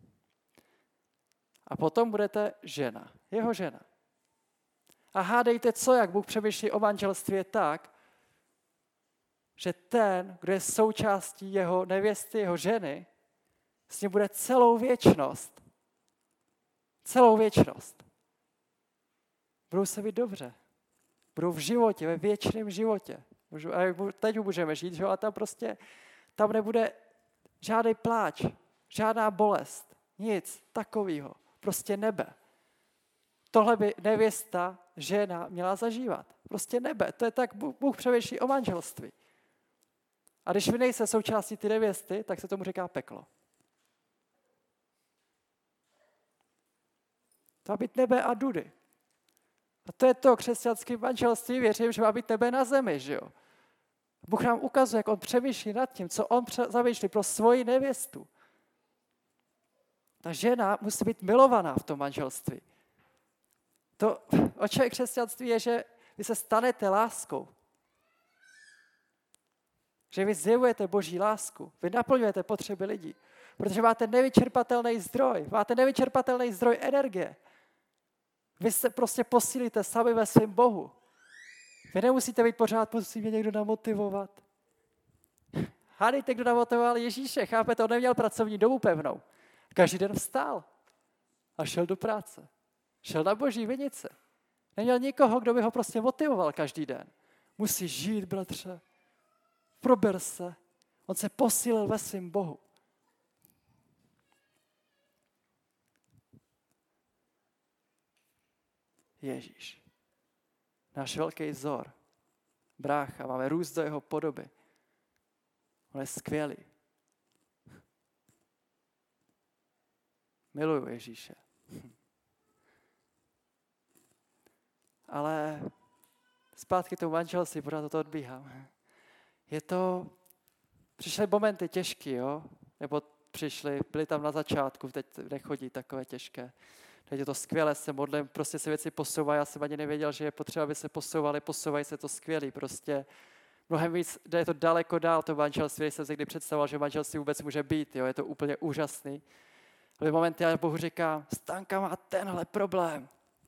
A potom budete žena, jeho žena. A hádejte co, jak Bůh přemýšlí o manželství je tak, že ten, kdo je součástí jeho nevěsty, jeho ženy, s ním bude celou věčnost. Celou věčnost. Budou se být dobře. Budou v životě, ve věčném životě. A teď můžeme žít, že? A tam nebude žádný pláč, žádná bolest, nic takového. Prostě nebe. Tohle by nevěsta, žena měla zažívat. Prostě nebe. To je tak, Bůh přemýšlí o manželství. A když vy nejste součástí ty nevěsty, tak se tomu říká peklo. To má být nebe a dudy. A to je to křesťanské manželství, věřím, že má být nebe na zemi, že jo. Bůh nám ukazuje, jak on přemýšlí nad tím, co on zamýšlí pro svoji nevěstu. Ta žena musí být milovaná v tom manželství. To oček křesťanství je, že vy se stanete láskou. Že vy zjevujete Boží lásku. Vy naplňujete potřeby lidí. Protože máte nevyčerpatelný zdroj. Máte nevyčerpatelný zdroj energie. Vy se prostě posílíte sami ve svém Bohu. Vy nemusíte být pořád, musí mě někdo namotivovat. Hádejte, kdo namotivoval Ježíše, chápete? On neměl pracovní dobu pevnou. Každý den vstál a šel do práce. Šel na Boží vinice. Neměl nikoho, kdo by ho prostě motivoval každý den. Musí žít, bratře. Prober se. On se posílil ve svém Bohu. Ježíš. Náš velký vzor. Brácha. Máme růst do jeho podoby. On je skvělý. Miluju Ježíše. Ale zpátky tomu manželství, pořád to odbíhám. Přišly momenty těžký, jo? Nebo byly tam na začátku, teď nechodí takové těžké. Teď je to skvělé, se modlím, prostě se věci posouvají, já jsem ani nevěděl, že je potřeba, aby se posouvají se to skvělý, prostě mnohem víc, je to daleko dál, to manželství, jsem si kdy představoval, že manželství vůbec může být, jo? Je to úplně úžasný. Ale v momentě já Bohu říkám, Stanka má tenhle problém.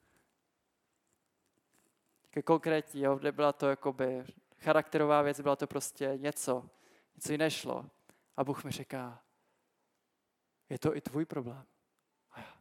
Konkrétní, jo? Nebyla to jakoby charakterová věc, byla to prostě něco jí nešlo. A Bůh mi říká, je to i tvůj problém. A já.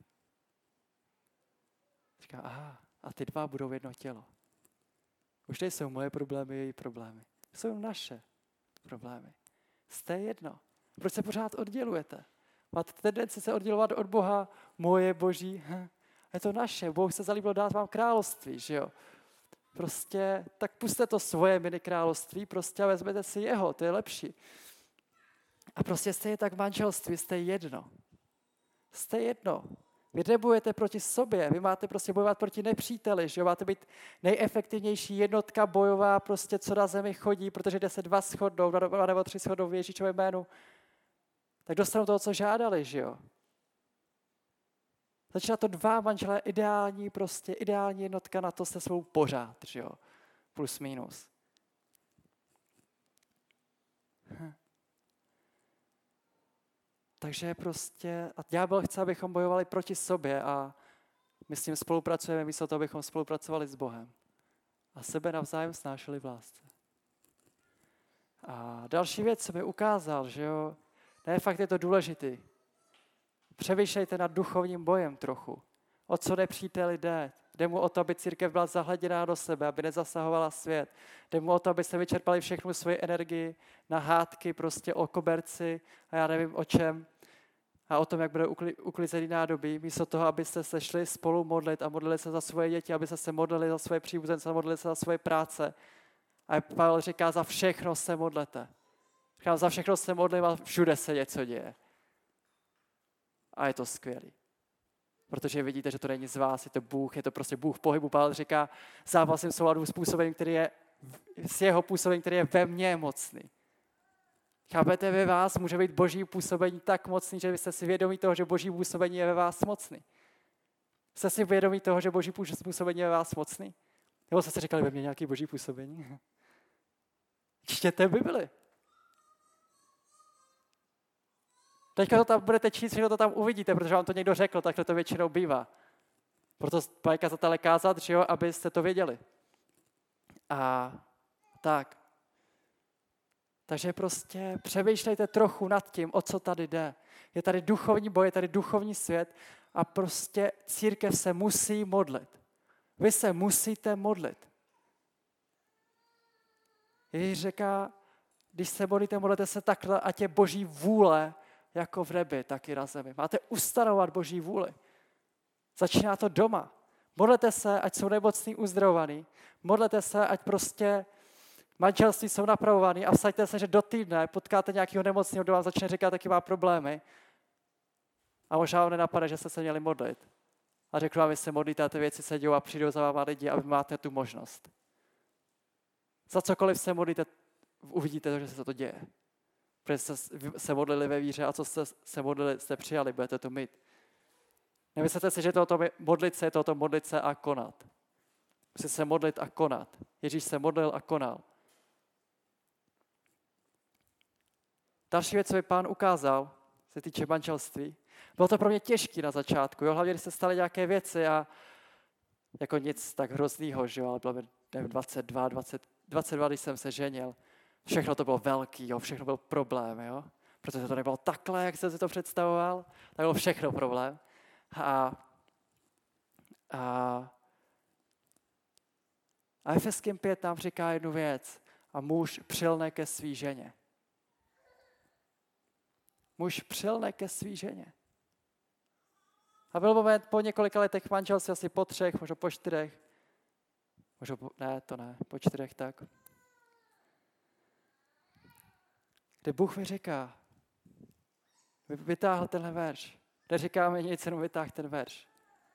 Říká, aha, a ty dva budou jedno tělo. Už nejsou moje problémy, její problémy. Jsou naše problémy. Jste jedno. Proč se pořád oddělujete? Máte tendenci se oddělovat od Boha, moje Boží, je to naše, Bůh se zalíbil dát vám království, že jo. Prostě, tak pusťte to svoje mini království, prostě a vezmete si jeho, to je lepší. A prostě stejně tak v manželství, jste jedno. Jste jedno. Vy nebojujete proti sobě, vy máte prostě bojovat proti nepříteli, že jo? Máte být nejefektivnější jednotka bojová, prostě co na zemi chodí, protože kde se 2 shodnou, 2 nebo 3 shodnou v Ježíšově jménu, tak dostanou toho, co žádali, že jo? Začíná to 2 manželé ideální, prostě ideální jednotka na to se svou pořád, že jo? Plus minus. Takže prostě, a ďábel chce, abychom bojovali proti sobě a my s ním spolupracujeme místo toho, abychom spolupracovali s Bohem. A sebe navzájem snášeli v lásce. A další věc, co mi ukázal, že jo, ne, fakt je to důležitý. Přemýšlejte nad duchovním bojem trochu. O co nepříteli jde? Jde mu o to, aby církev byla zahleděná do sebe, aby nezasahovala svět. Jde mu o to, aby se vyčerpali všechnu svoji energii na hádky, prostě o koberci a já nevím o čem. A o tom, jak bude uklizený nádobí, místo toho, abyste se šli spolu modlit a modlili se za svoje děti, abyste se modlili za svoje příbuzence, modlili se za svoje práce. A Pavel říká, za všechno se modlete. Říkám, za všechno se modlím a všude se něco děje. A je to skvělý. Protože vidíte, že to není z vás, je to Bůh, je to prostě Bůh pohybu. Pavel říká, zápasím souladu s jeho působením, který je ve mně mocný. Chápete, ve vás může být Boží působení tak mocný, že byste si vědomí toho, že Boží působení je ve vás mocný. Jste si vědomí toho, že Boží působení je ve vás mocný? Nebo jste si říkali, ve mně nějaký Boží působení? Čtěte Bibli. Teďka to tam budete číst, všechno to tam uvidíte, protože vám to někdo řekl, takhle to většinou bývá. Proto mají kazatelé kázat, že jo, abyste to věděli. A tak. Takže prostě přemýšlejte trochu nad tím, o co tady jde. Je tady duchovní boj, je tady duchovní svět a prostě církev se musí modlit. Vy se musíte modlit. Ježíš říká, když se modlíte, modlete se takhle, ať je Boží vůle jako v nebi, tak i na zemi. Máte ustanovat Boží vůli. Začíná to doma. Modlete se, ať jsou nemocní uzdravovaní. Modlete se, ať prostě manželství jsou napravovaný a vsaďte se, že do týdne potkáte nějakého nemocného, kdo vám začne říkat, jaký má problémy. A možná vám nenapadne, že jste se měli modlit. A řeknu vám, vy se modlíte a ty věci se dějou a přijdou za váma lidi a vy máte tu možnost. Za cokoliv se modlíte, uvidíte to, že se to děje. Protože jste se modlili ve víře a co jste se modlili, jste přijali, budete to mít. Nemyslete si, že modlit se je to modlit se a konat. Musíte se modlit a konat. Ježíš se modlil a konal. Další věc, co mi Pán ukázal, se týče manželství, bylo to pro mě těžké na začátku, jo? Hlavně, když se staly nějaké věci a jako nic tak hroznýho, že jo? Ale bylo mi 22, když jsem se ženil. Všechno to bylo velký, jo? Všechno byl problém, jo? Protože to nebylo takhle, jak jsem si to představoval, tak bylo všechno problém. A Efeským 5 nám říká jednu věc. A muž přilne ke svý ženě. Muž přilne ke svý ženě. A byl moment po několika letech manželství, asi po 3, možná po 4. Po 4 tak. Kde Bůh mi říká, vytáhl tenhle verš. Neříká mi nic, jenom vytáhl ten verš.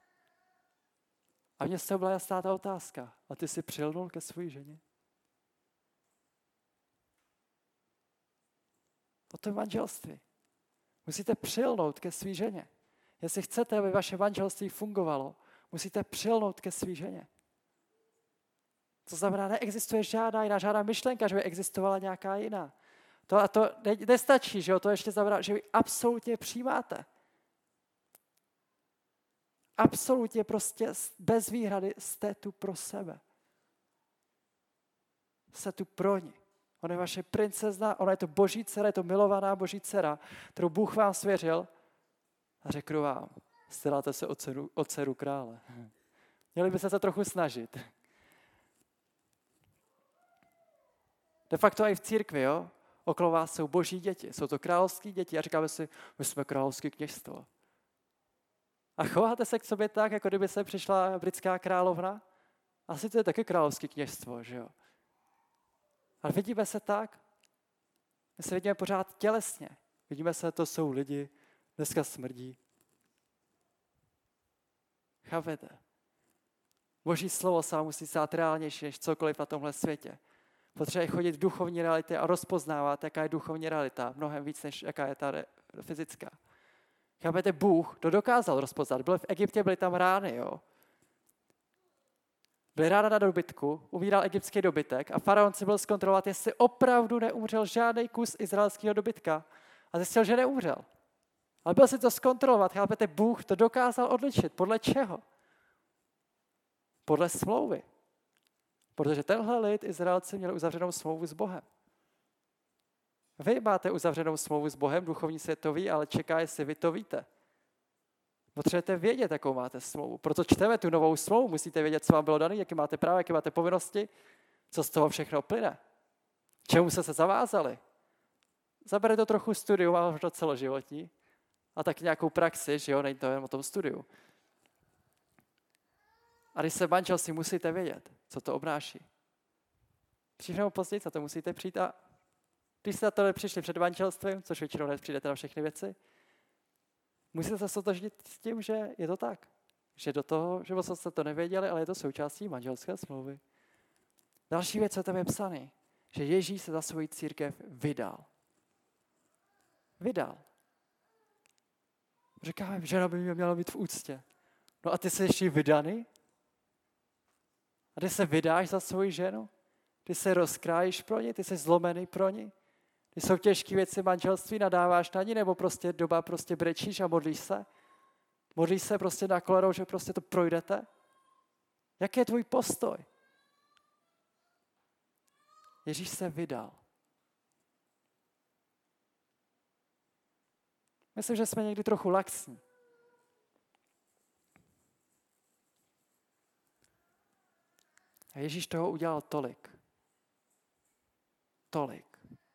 A mně z toho byla jasná ta otázka. A ty jsi přilnul ke své ženě? O to je manželství. Musíte přilnout ke své ženě. Jestli chcete, aby vaše manželství fungovalo, musíte přilnout ke své ženě. To znamená, neexistuje žádná myšlenka, že by existovala nějaká jiná. To nestačí, že jo? To ještě znamená, že vy absolutně přijímáte. Absolutně prostě bez výhrady jste tu pro sebe. Jste tu pro ní. Ona je vaše princezna, ona je to Boží dcera, je to milovaná Boží dcera, kterou Bůh vám svěřil a řeknu vám, staráte se o dceru krále. Měli byste se trochu snažit. De facto i v církvi, jo? Okolo vás jsou boží děti, jsou to královské děti a říkáme si, my jsme královské kněžstvo. A chováte se k sobě tak, jako kdyby se přišla britská královna? Asi to je taky královské kněžstvo, že jo? Ale vidíme se tak? My se vidíme pořád tělesně. Vidíme se, to jsou lidi, dneska smrdí. Chápete? Boží slovo se vám musí stát reálnější než cokoliv na tomhle světě. Potřebuje chodit v duchovní realitě a rozpoznávat, jaká je duchovní realita, mnohem víc, než jaká je ta fyzická. Chápete, Bůh to dokázal rozpoznat. Byl v Egyptě, byly tam rány, jo. Byly rána na dobytku, umíral egyptský dobytek a faraon si byl zkontrolovat, jestli opravdu neumřel žádný kus izraelského dobytka. A zjistil, že neumřel. Ale byl si to zkontrolovat, chápete, Bůh to dokázal odlišit. Podle čeho? Podle smlouvy. Protože tenhle lid, Izraelci, měli uzavřenou smlouvu s Bohem. Vy máte uzavřenou smlouvu s Bohem, duchovní světový, ale čeká, jestli vy to víte. Potřebujete vědět, jakou máte smlouvu. Proto čteme tu novou smlouvu, musíte vědět, co vám bylo dané, jaké máte práva, jaké máte povinnosti, co z toho všechno plyne. Čemu se zavázali. Zabere to trochu studium, a možná celoživotní, a tak nějakou praxi, že jo, není to jen o tom studiu. A když se manželství, musíte vědět, co to obnáší. Dřív nebo později to musíte přijít a když jste na to nepřišli před manželstvím, což většinou nepřijdete na všechny věci, musíte se sotožnit s tím, že je to tak. Že do toho, že jste to nevěděli, ale je to součástí manželské smlouvy. Další věc, co tam je psaný, že Ježíš se za svou církev vydal. Vydal. Říkáme, žena by mě měla být v úctě. No a ty jsi ještě vydaný? A ty se vydáš za svou ženu? Ty se rozkrájíš pro ní? Ty jsi zlomený pro ní? Když jsou těžké věci manželství, nadáváš na ní, nebo prostě doba prostě brečíš a modlíš se? Modlíš se prostě na kolenou, že prostě to projdete? Jaký je tvůj postoj? Ježíš se vydal. Myslím, že jsme někdy trochu laxní. A Ježíš toho udělal tolik. Tolik.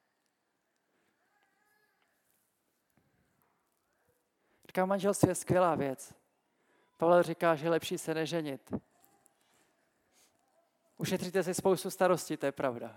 Říkám, manželství je skvělá věc. Pavel říká, že je lepší se neženit. Ušetříte si spoustu starostí, to je pravda.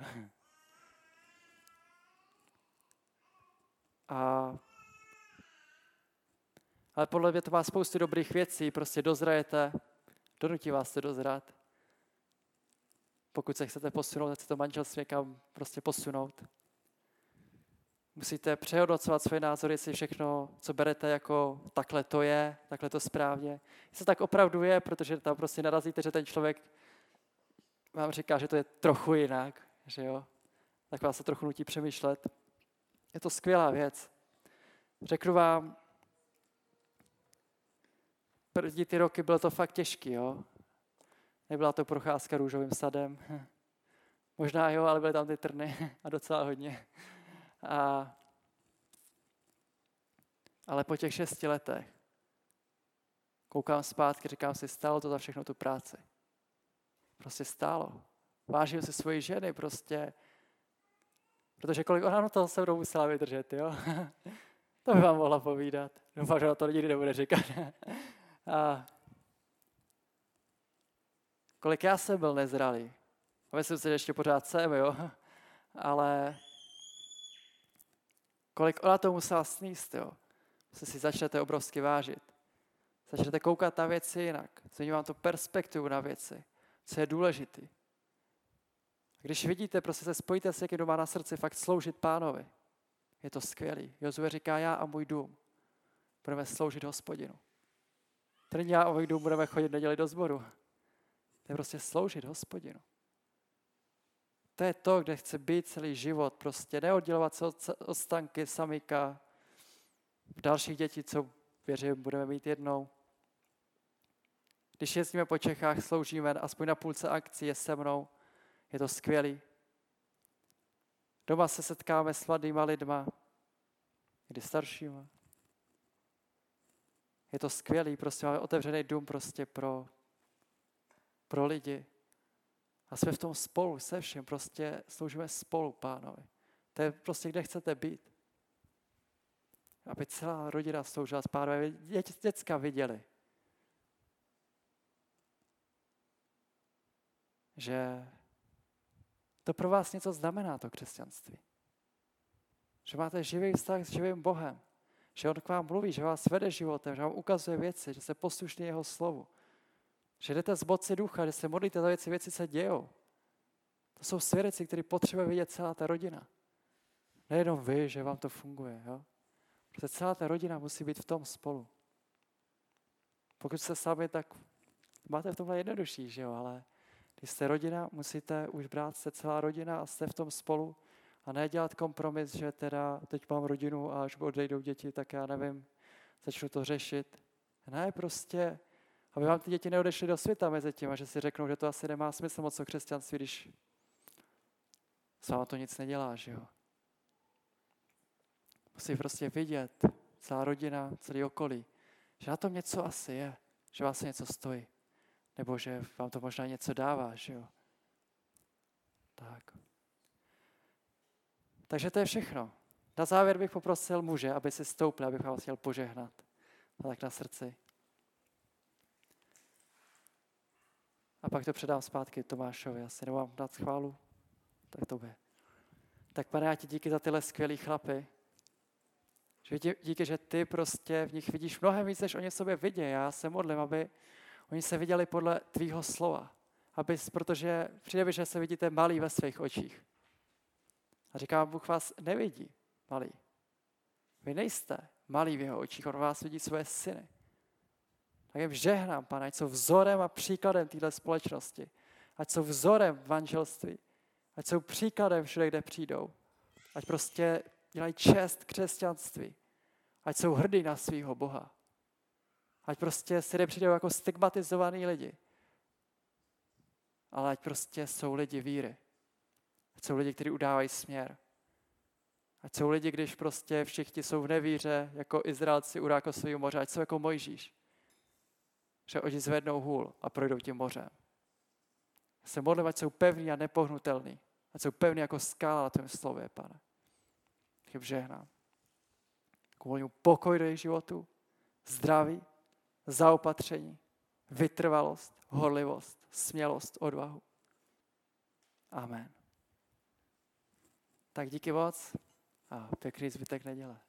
Ale podle mě to má spoustu dobrých věcí, prostě dozrajete, donutí vás to dozrát. Pokud se chcete posunout, tak se to manželství někam prostě posunout. Musíte přehodnocovat svoje názory, jestli všechno, co berete jako takhle to je, takhle to správně. Jestli tak opravdu je, protože tam prostě narazíte, že ten člověk vám říká, že to je trochu jinak, že jo, tak vás to trochu nutí přemýšlet. Je to skvělá věc. Řeknu vám, první ty roky bylo to fakt těžký, jo. Nebyla to procházka růžovým sadem. Možná jo, ale byly tam ty trny a docela hodně. Ale po těch 6 letech koukám zpátky, říkám si, stálo to za všechno tu práci. Prostě stálo. Vážím si svoji ženy prostě. Protože kolik ona na toho se mnou musela vydržet, jo. To by vám mohla povídat. Doufám, že na to nikdy nebude říkat. A kolik já jsem byl nezralý. A myslím si, že ještě pořád jsem, jo. Ale kolik ona to musela sníst, jo. Se si začnete obrovsky vážit. Začnete koukat na věci jinak. Změní vám to perspektivu na věci, co je důležitý. Když vidíte, prostě se spojíte s někým, kdo má na srdci fakt sloužit Pánovi. Je to skvělý. Jozue říká, já a můj dům budeme sloužit Hospodinu. To není já a můj dům budeme chodit neděli do sboru. To je prostě sloužit Hospodinu. To je to, kde chce být celý život. Prostě neoddělovat se od Stanky, Samika, dalších dětí, co věřím, budeme mít jednou. Když jezdíme po Čechách, sloužíme, aspoň na půlce akcí je se mnou. Je to skvělý. Doma se setkáme s mladýma lidma, kdy staršíma. Je to skvělý, prostě máme otevřený dům prostě pro lidi. A jsme v tom spolu se všem, prostě sloužíme spolu Pánovi. To je prostě, kde chcete být. Aby celá rodina sloužila s Pánem, aby děcka viděli, že to pro vás něco znamená, to křesťanství. Že máte živý vztah s živým Bohem. Že on k vám mluví, že vás vede životem, že vám ukazuje věci, že se poslušný jeho slovu. Že jdete z moci ducha, že se modlíte za věci se dějou. To jsou svědectví, které potřebuje vidět celá ta rodina. Nejenom vy, že vám to funguje. Jo? Protože celá ta rodina musí být v tom spolu. Pokud jste sami, tak máte v tomhle jednodušší, že jo? Ale když jste rodina, musíte už brát se celá rodina a jste v tom spolu a ne dělat kompromis, že teda teď mám rodinu a až odejdou děti, tak já nevím, začnu to řešit. Ne, prostě, aby vám ty děti neodešly do světa mezi tím a že si řeknou, že to asi nemá smysl moc o křesťanství, když s váma to nic nedělá, že jo. Musí prostě vidět celá rodina, celý okolí, že na tom něco asi je, že vás něco stojí. Nebo že vám to možná něco dává, že jo. Tak. Takže to je všechno. Na závěr bych poprosil muže, aby si stoupli, abych vás chtěl požehnat. A tak na srdci. A pak to předám zpátky Tomášovi. Asi nemám dát chválu. Tak to bude. Tak Pane, já ti díky za tyhle skvělý chlapy. Díky, že ty prostě v nich vidíš mnohem víc, než oni sobě vidí. Já se modlím, aby oni se viděli podle tvýho slova. Protože přijde mi, že se vidíte malí ve svých očích. A říkám, Bůh vás nevidí malí. Vy nejste malí v jeho očích, on vás vidí svoje syny. Tak jim žehnám, Pane, ať jsou vzorem a příkladem téhle společnosti. Ať jsou vzorem v manželství. Ať jsou příkladem všude, kde přijdou. Ať prostě dělají čest křesťanství. Ať jsou hrdí na svého Boha. Ať prostě si nepřijdou jako stigmatizovaný lidi. Ale ať prostě jsou lidi víry. Ať jsou lidi, kteří udávají směr. Ať jsou lidi, když prostě všichni jsou v nevíře, jako Izraelci u Rákosového moře, ať jsou jako Mojžíš. Že oni zvednou hůl a projdou tím mořem. Já se modlím, ať jsou pevní a nepohnutelní. Ať jsou pevní jako skála na tvém slově, Pane. Tak jim žehnám. Uvolňuji pokoj do jejich životu, zdraví, zaopatření, vytrvalost, horlivost, smělost, odvahu. Amen. Tak díky moc a pěkný zbytek neděle.